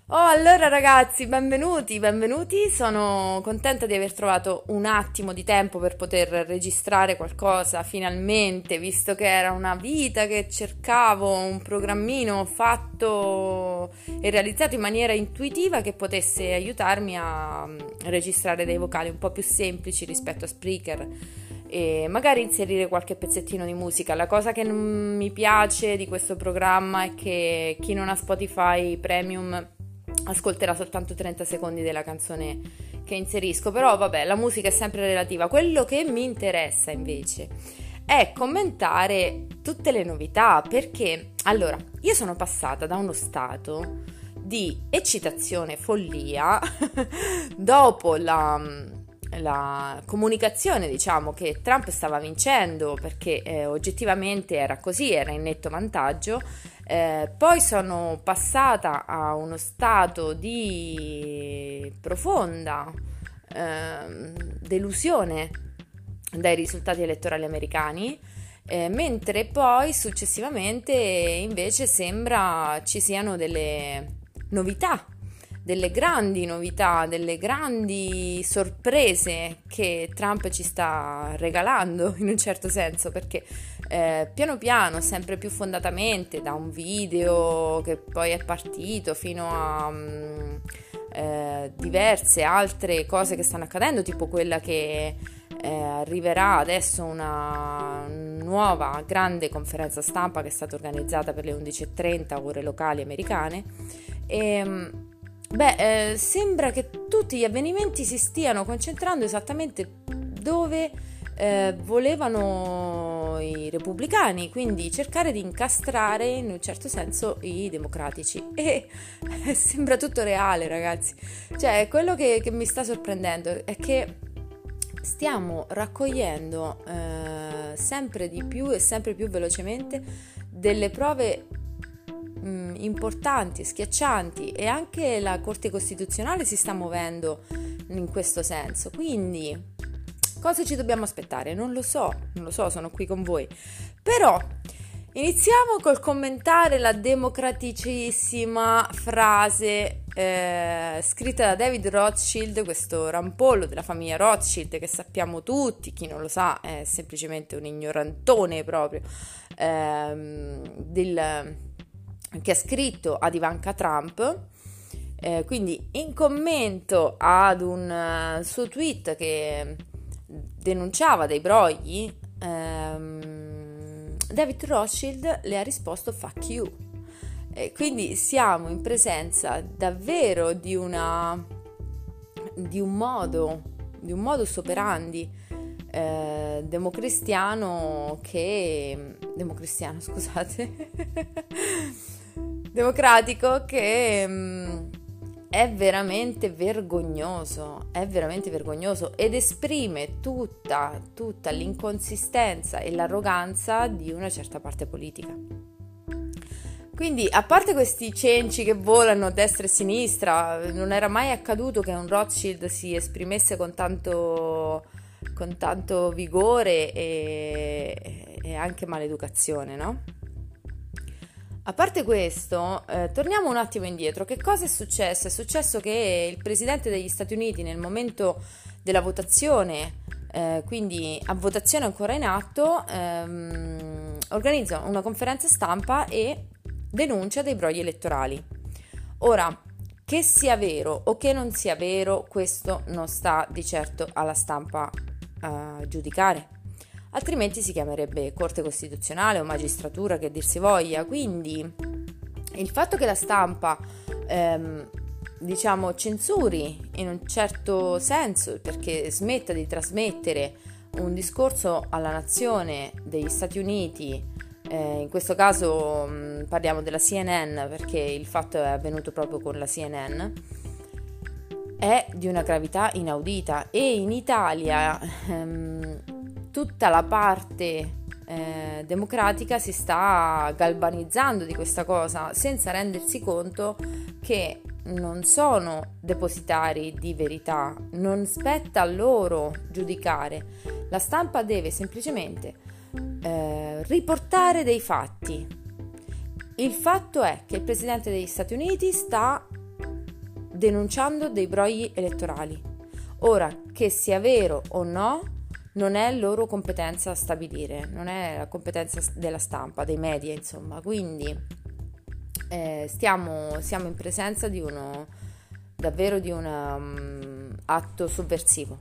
Oh, allora ragazzi, benvenuti. Sono contenta di aver trovato un attimo di tempo per poter registrare qualcosa finalmente, visto che era una vita che cercavo un programmino fatto e realizzato in maniera intuitiva che potesse aiutarmi a registrare dei vocali un po' più semplici rispetto a Spreaker e magari inserire qualche pezzettino di musica. La cosa che non mi piace di questo programma è che chi non ha Spotify Premium ascolterà soltanto 30 secondi della canzone che inserisco, però vabbè, la musica è sempre relativa. Quello che mi interessa invece è commentare tutte le novità, perché allora, io sono passata da uno stato di eccitazione, follia, dopo la comunicazione, diciamo, che Trump stava vincendo, perché oggettivamente era così, era in netto vantaggio. Poi sono passata a uno stato di profonda delusione dai risultati elettorali americani, mentre poi successivamente invece sembra ci siano delle grandi novità, delle grandi sorprese che Trump ci sta regalando in un certo senso, perché piano piano, sempre più fondatamente, da un video che poi è partito fino a diverse altre cose che stanno accadendo, tipo quella che arriverà adesso, una nuova grande conferenza stampa che è stata organizzata per le 11:30 ore locali americane. E, sembra che tutti gli avvenimenti si stiano concentrando esattamente dove volevano i repubblicani, quindi cercare di incastrare in un certo senso i democratici. E sembra tutto reale, ragazzi. Cioè, quello che mi sta sorprendendo è che stiamo raccogliendo sempre di più e sempre più velocemente delle prove importanti, schiaccianti, e anche la Corte Costituzionale si sta muovendo in questo senso. Quindi cosa ci dobbiamo aspettare? Non lo so, sono qui con voi. Però iniziamo col commentare la democraticissima frase scritta da David Rothschild, questo rampollo della famiglia Rothschild che sappiamo tutti. Chi non lo sa è semplicemente un ignorantone proprio, che ha scritto ad Ivanka Trump. Quindi in commento ad un suo tweet che denunciava dei brogli, David Rothschild le ha risposto fuck you. Quindi siamo in presenza davvero di un modus operandi democratico, che è veramente vergognoso, ed esprime tutta l'inconsistenza e l'arroganza di una certa parte politica. Quindi, a parte questi cenci che volano a destra e a sinistra, non era mai accaduto che un Rothschild si esprimesse con tanto vigore e anche maleducazione, no? A parte questo, torniamo un attimo indietro. Che cosa è successo? È successo che il presidente degli Stati Uniti, nel momento della votazione, quindi a votazione ancora in atto, organizza una conferenza stampa e denuncia dei brogli elettorali. Ora, che sia vero o che non sia vero, questo non sta di certo alla stampa a giudicare. Altrimenti si chiamerebbe Corte Costituzionale o magistratura, che dir si voglia. Quindi il fatto che la stampa censuri in un certo senso, perché smetta di trasmettere un discorso alla nazione degli Stati Uniti, in questo caso parliamo della CNN, perché il fatto è avvenuto proprio con la CNN, è di una gravità inaudita. E in Italia tutta la parte democratica si sta galvanizzando di questa cosa, senza rendersi conto che non sono depositari di verità, non spetta a loro giudicare. La stampa deve semplicemente riportare dei fatti. Il fatto è che il presidente degli Stati Uniti sta denunciando dei brogli elettorali. Ora, che sia vero o no, non è loro competenza stabilire, non è la competenza della stampa, dei media, insomma. Quindi siamo in presenza di davvero di un atto sovversivo.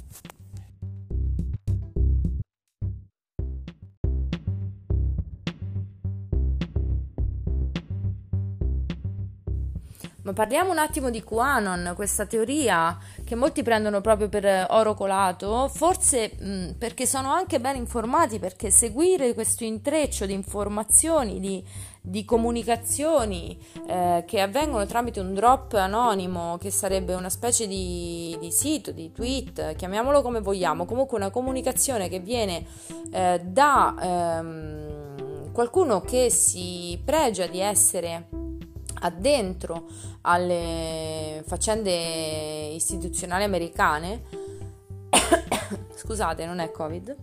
Ma parliamo un attimo di QAnon, questa teoria che molti prendono proprio per oro colato, forse perché sono anche ben informati, perché seguire questo intreccio di informazioni, di comunicazioni che avvengono tramite un drop anonimo, che sarebbe una specie di sito, di tweet, chiamiamolo come vogliamo, comunque una comunicazione che viene da qualcuno che si pregia di essere addentro alle faccende istituzionali americane, scusate, non è Covid,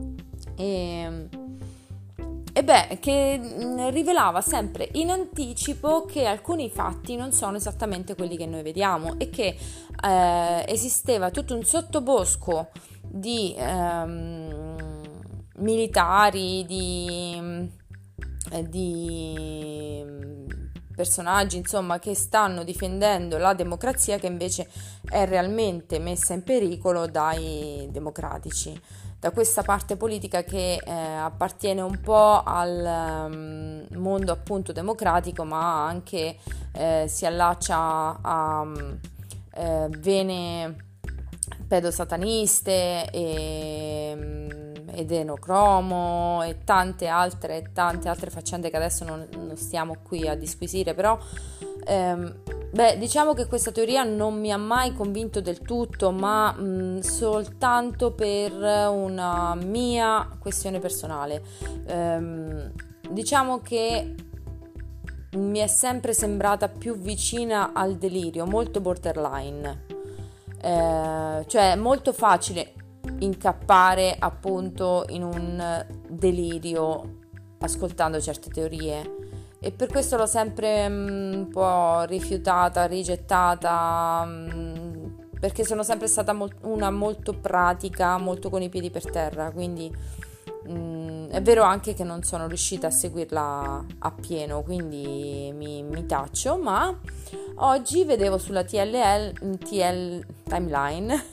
che rivelava sempre in anticipo che alcuni fatti non sono esattamente quelli che noi vediamo e che esisteva tutto un sottobosco di militari, di personaggi, insomma, che stanno difendendo la democrazia, che invece è realmente messa in pericolo dai democratici, da questa parte politica che appartiene un po' al mondo appunto democratico, ma anche si allaccia a vene pedosataniste ed enocromo e tante altre faccende che adesso non stiamo qui a disquisire, però diciamo che questa teoria non mi ha mai convinto del tutto, ma soltanto per una mia questione personale. Diciamo che mi è sempre sembrata più vicina al delirio, molto borderline, cioè è molto facile incappare appunto in un delirio ascoltando certe teorie, e per questo l'ho sempre un po' rifiutata, rigettata, perché sono sempre stata una molto pratica, molto con i piedi per terra, quindi è vero anche che non sono riuscita a seguirla appieno, quindi mi taccio, ma oggi vedevo sulla TL timeline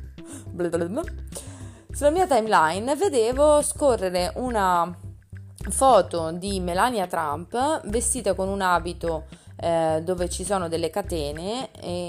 sulla mia timeline vedevo scorrere una foto di Melania Trump vestita con un abito dove ci sono delle catene,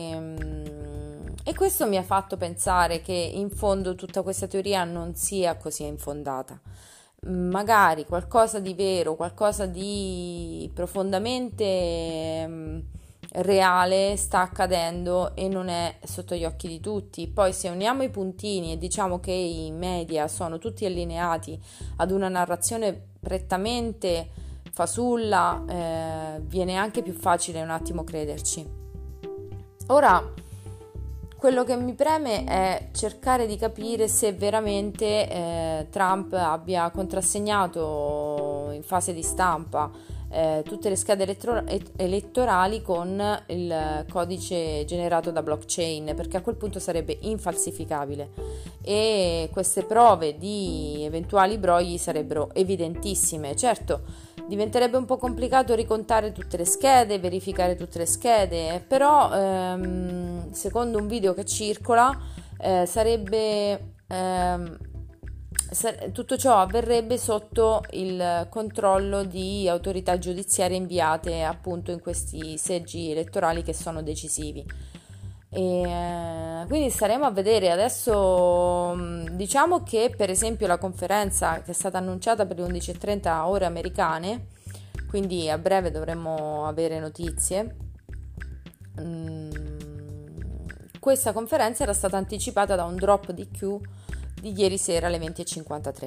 e questo mi ha fatto pensare che in fondo tutta questa teoria non sia così infondata. Magari qualcosa di vero, qualcosa di profondamente reale sta accadendo e non è sotto gli occhi di tutti. Poi se uniamo i puntini e diciamo che i media sono tutti allineati ad una narrazione prettamente fasulla, viene anche più facile un attimo crederci. Ora, quello che mi preme è cercare di capire se veramente Trump abbia contrassegnato in fase di stampa tutte le schede elettorali con il codice generato da blockchain, perché a quel punto sarebbe infalsificabile e queste prove di eventuali brogli sarebbero evidentissime. Certo, diventerebbe un po' complicato ricontare tutte le schede, verificare tutte le schede, però secondo un video che circola tutto ciò avverrebbe sotto il controllo di autorità giudiziarie inviate appunto in questi seggi elettorali che sono decisivi. E quindi staremo a vedere. Adesso diciamo che per esempio la conferenza che è stata annunciata per le 11:30 ore americane, quindi a breve dovremmo avere notizie. Questa conferenza era stata anticipata da un drop di Q di ieri sera alle 20:53.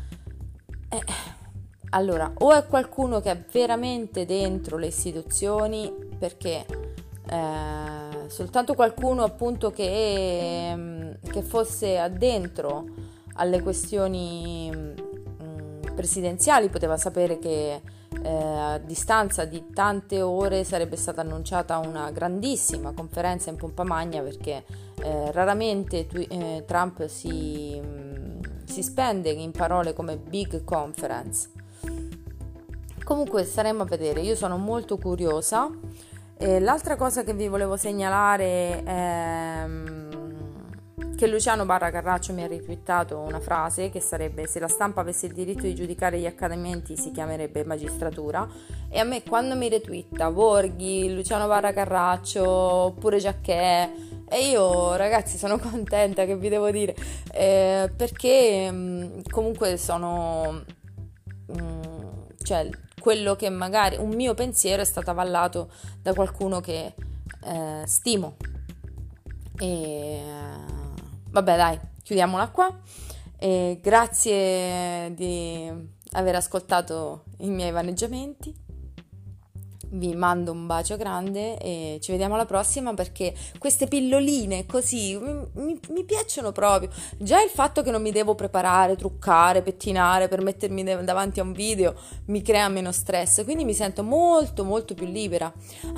Allora, o è qualcuno che è veramente dentro le istituzioni, perché soltanto qualcuno appunto che fosse addentro alle questioni presidenziali poteva sapere che a distanza di tante ore sarebbe stata annunciata una grandissima conferenza in pompa magna, perché raramente Trump si spende in parole come big conference. Comunque staremo a vedere, io sono molto curiosa. L'altra cosa che vi volevo segnalare è che Luciano Carraccio mi ha ritwittato una frase che sarebbe: se la stampa avesse il diritto di giudicare gli accadimenti si chiamerebbe magistratura. E a me, quando mi retwitta Borghi, Luciano Carraccio oppure Giacchè, e io, ragazzi, sono contenta, che vi devo dire, perché comunque sono cioè quello che magari un mio pensiero è stato avallato da qualcuno che stimo. E vabbè, dai, chiudiamola qua. Grazie di aver ascoltato i miei vaneggiamenti. Vi mando un bacio grande e ci vediamo alla prossima, perché queste pilloline così mi piacciono proprio. Già il fatto che non mi devo preparare, truccare, pettinare per mettermi davanti a un video mi crea meno stress, quindi mi sento molto molto più libera.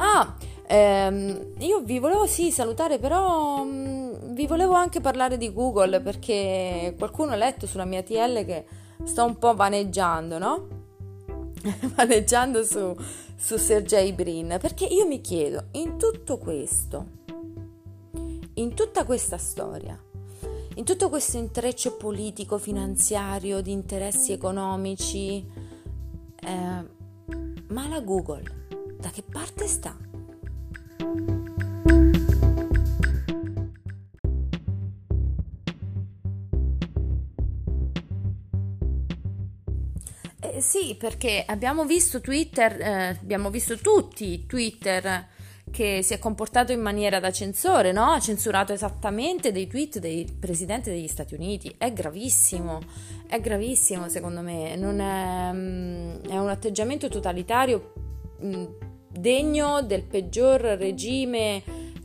Io vi volevo salutare, però vi volevo anche parlare di Google, perché qualcuno ha letto sulla mia TL che sto un po' vaneggiando, no? Vaneggiando su Sergey Brin, perché io mi chiedo, in tutto questo, in tutta questa storia, in tutto questo intreccio politico, finanziario, di interessi economici, ma la Google da che parte sta? Sì, perché abbiamo visto abbiamo visto tutti Twitter che si è comportato in maniera da censore, no? Ha censurato esattamente dei tweet del presidente degli Stati Uniti. È gravissimo secondo me. Non è un atteggiamento totalitario degno del peggior regime,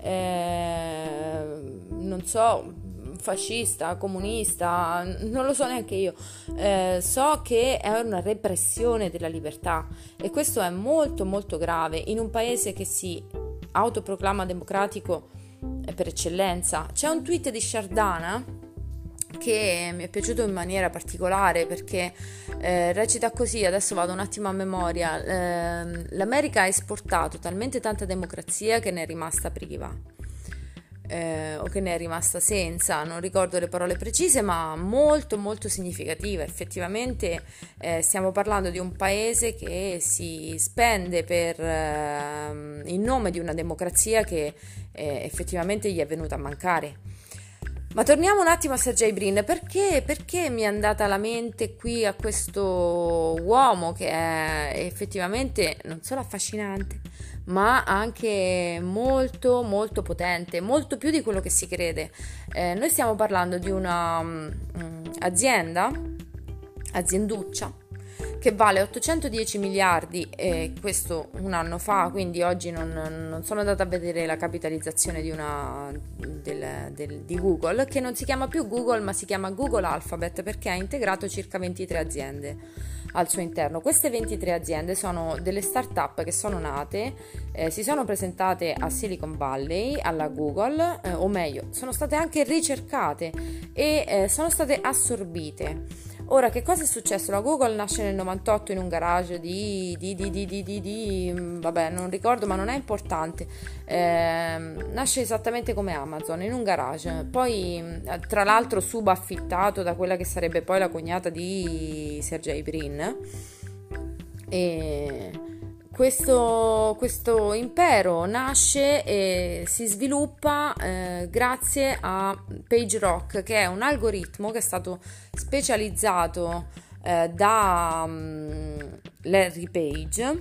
non so, fascista, comunista, non lo so neanche io. So che è una repressione della libertà, e questo è molto molto grave in un paese che si autoproclama democratico per eccellenza. C'è un tweet di Shardana che mi è piaciuto in maniera particolare, perché recita così, adesso vado un attimo a memoria: l'America ha esportato talmente tanta democrazia che ne è rimasta priva. O che ne è rimasta senza, non ricordo le parole precise, ma molto molto significativa. Effettivamente stiamo parlando di un paese che si spende in nome di una democrazia che effettivamente gli è venuta a mancare. Ma torniamo un attimo a Sergey Brin. Perché mi è andata la mente qui a questo uomo che è effettivamente non solo affascinante, ma anche molto molto potente, molto più di quello che si crede. Noi stiamo parlando di una azienduccia, che vale 810 miliardi, questo un anno fa, quindi oggi non sono andata a vedere la capitalizzazione di Google, che non si chiama più Google ma si chiama Google Alphabet, perché ha integrato circa 23 aziende al suo interno. Queste 23 aziende sono delle start-up che sono nate, si sono presentate a Silicon Valley, alla Google, o meglio, sono state anche ricercate e sono state assorbite. Ora, che cosa è successo? La Google nasce nel 98 in un garage vabbè, non ricordo, ma non è importante. Nasce esattamente come Amazon, in un garage. Poi, tra l'altro, subaffittato da quella che sarebbe poi la cognata di Sergey Brin. E questo impero nasce e si sviluppa grazie a PageRock, che è un algoritmo che è stato specializzato da Larry Page,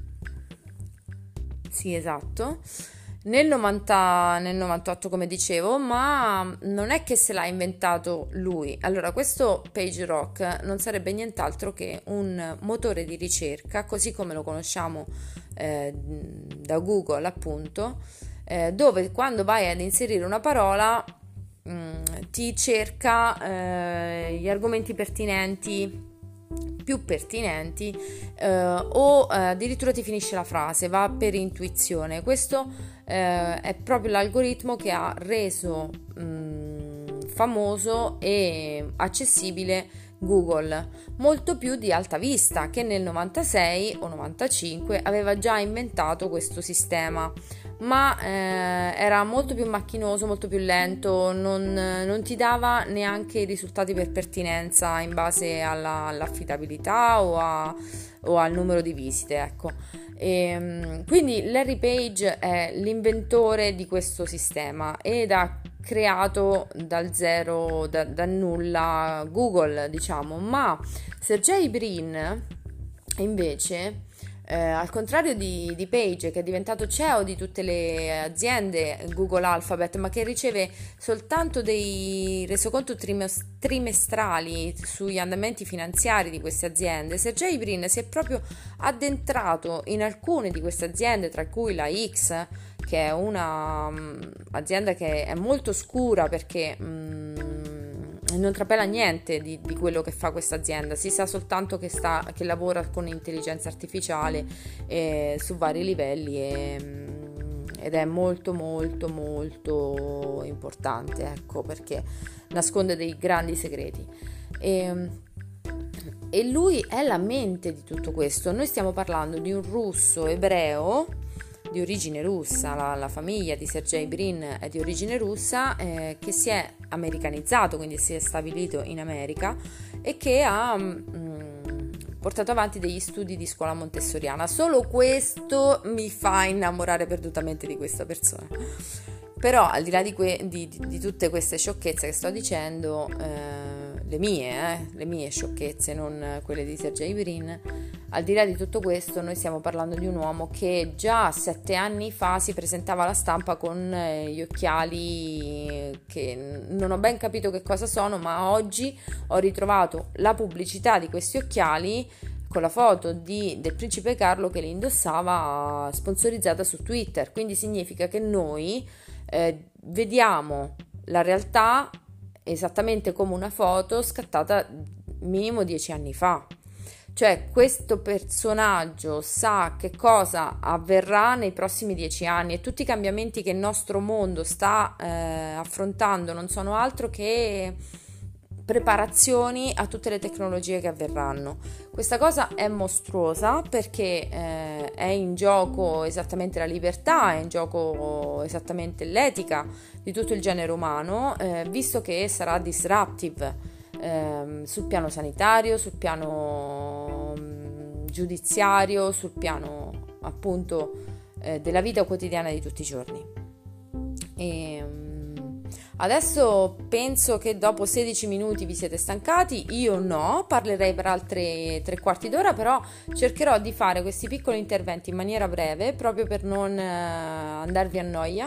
sì, esatto, nel 98, come dicevo, ma non è che se l'ha inventato lui. Allora, questo PageRock non sarebbe nient'altro che un motore di ricerca, così come lo conosciamo da Google, appunto, dove quando vai ad inserire una parola ti cerca gli argomenti pertinenti più pertinenti, o addirittura ti finisce la frase, va per intuizione. Questo è proprio l'algoritmo che ha reso famoso e accessibile Google, molto più di Alta Vista, che nel 96 o 95 aveva già inventato questo sistema, ma era molto più macchinoso, molto più lento, non ti dava neanche i risultati per pertinenza in base all'affidabilità o al numero di visite, ecco. Quindi Larry Page è l'inventore di questo sistema ed ha creato dal zero, da nulla Google, diciamo, ma Sergey Brin invece, al contrario di Page, che è diventato CEO di tutte le aziende Google Alphabet, ma che riceve soltanto dei resoconti trimestrali sugli andamenti finanziari di queste aziende, Sergey Brin si è proprio addentrato in alcune di queste aziende, tra cui la X, che è una azienda che è molto scura perché non trapela niente di quello che fa questa azienda, si sa soltanto che lavora con intelligenza artificiale su vari livelli ed è molto molto molto importante, ecco, perché nasconde dei grandi segreti. E lui è la mente di tutto questo. Noi stiamo parlando di un russo ebreo di origine russa, la famiglia di Sergey Brin è di origine russa, che si è americanizzato, quindi si è stabilito in America e che ha portato avanti degli studi di scuola montessoriana. Solo questo mi fa innamorare perdutamente di questa persona. Però al di là di tutte queste sciocchezze che sto dicendo, le mie sciocchezze, non quelle di Sergey Brin, al di là di tutto questo noi stiamo parlando di un uomo che già 7 anni fa si presentava alla stampa con gli occhiali che non ho ben capito che cosa sono, ma oggi ho ritrovato la pubblicità di questi occhiali con la foto del principe Carlo che li indossava, sponsorizzata su Twitter. Quindi significa che noi vediamo la realtà esattamente come una foto scattata minimo 10 anni fa. Cioè questo personaggio sa che cosa avverrà nei prossimi 10 anni e tutti i cambiamenti che il nostro mondo sta affrontando non sono altro che preparazioni a tutte le tecnologie che avverranno. Questa cosa è mostruosa perché è in gioco esattamente la libertà, è in gioco esattamente l'etica di tutto il genere umano, visto che sarà disruptive sul piano sanitario, sul piano giudiziario, sul piano appunto della vita quotidiana di tutti i giorni. Adesso penso che dopo 16 minuti vi siete stancati, io no, parlerei per altre 3/4 d'ora, però cercherò di fare questi piccoli interventi in maniera breve proprio per non andarvi a noia,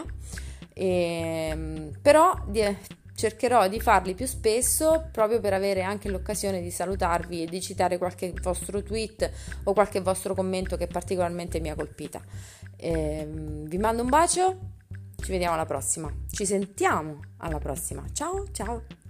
però cercherò di farli più spesso proprio per avere anche l'occasione di salutarvi e di citare qualche vostro tweet o qualche vostro commento che particolarmente mi ha colpita. Vi mando un bacio, ci vediamo alla prossima, ci sentiamo alla prossima, ciao ciao!